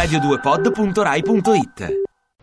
radio2pod.rai.it.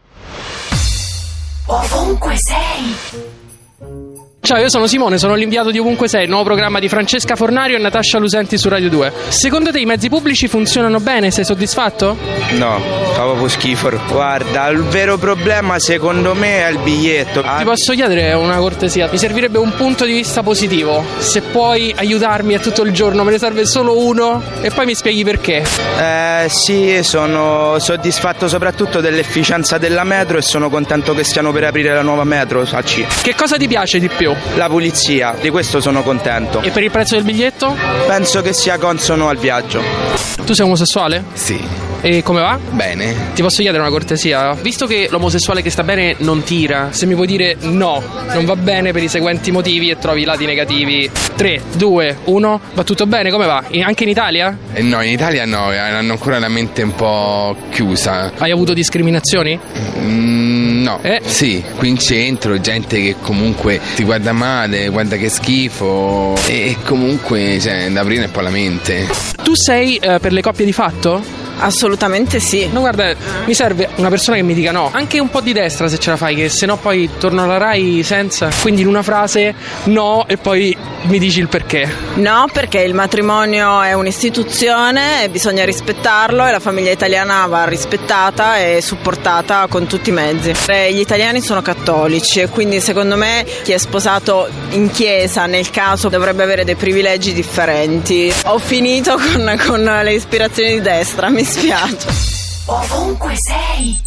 Ovunque sei. Ciao, io sono Simone, sono l'inviato di Ovunque Sei, il nuovo programma di Francesca Fornario e Natascia Lusenti su Radio 2. Secondo te i mezzi pubblici funzionano bene? Sei soddisfatto? No, fa proprio schifo. Guarda, il vero problema secondo me è il biglietto. Ti posso chiedere una cortesia? Mi servirebbe un punto di vista positivo. Se puoi aiutarmi a tutto il giorno, me ne serve solo uno e poi mi spieghi perché. Sì, sono soddisfatto soprattutto dell'efficienza della metro e sono contento che stiano per aprire la nuova metro a C. Che cosa ti piace di più? La pulizia, di questo sono contento. E per il prezzo del biglietto? Penso che sia consono al viaggio. Tu sei omosessuale? Sì. E come va? Bene. Ti posso chiedere una cortesia? Visto che l'omosessuale che sta bene non tira, se mi puoi dire no, non va bene per i seguenti motivi e trovi i lati negativi. 3, 2, 1, va tutto bene? Come va? Anche in Italia? No, in Italia no, hanno ancora la mente un po' chiusa. Hai avuto discriminazioni? No. Sì, qui in centro gente che comunque ti guarda male, guarda che schifo e comunque da aprire un po' la mente. Tu sei per le coppie di fatto? Assolutamente sì. No, guarda, mi serve una persona che mi dica no. Anche un po' di destra se ce la fai, che se no poi torno alla Rai senza. Quindi in una frase no e poi mi dici il perché. No, perché il matrimonio è un'istituzione e bisogna rispettarlo e la famiglia italiana va rispettata e supportata con tutti i mezzi. Gli italiani sono cattolici e quindi secondo me chi è sposato in chiesa nel caso dovrebbe avere dei privilegi differenti. Ho finito con le ispirazioni di destra, mi spiace. Ovunque sei.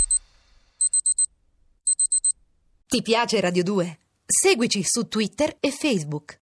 Ti piace Radio 2? Seguici su Twitter e Facebook.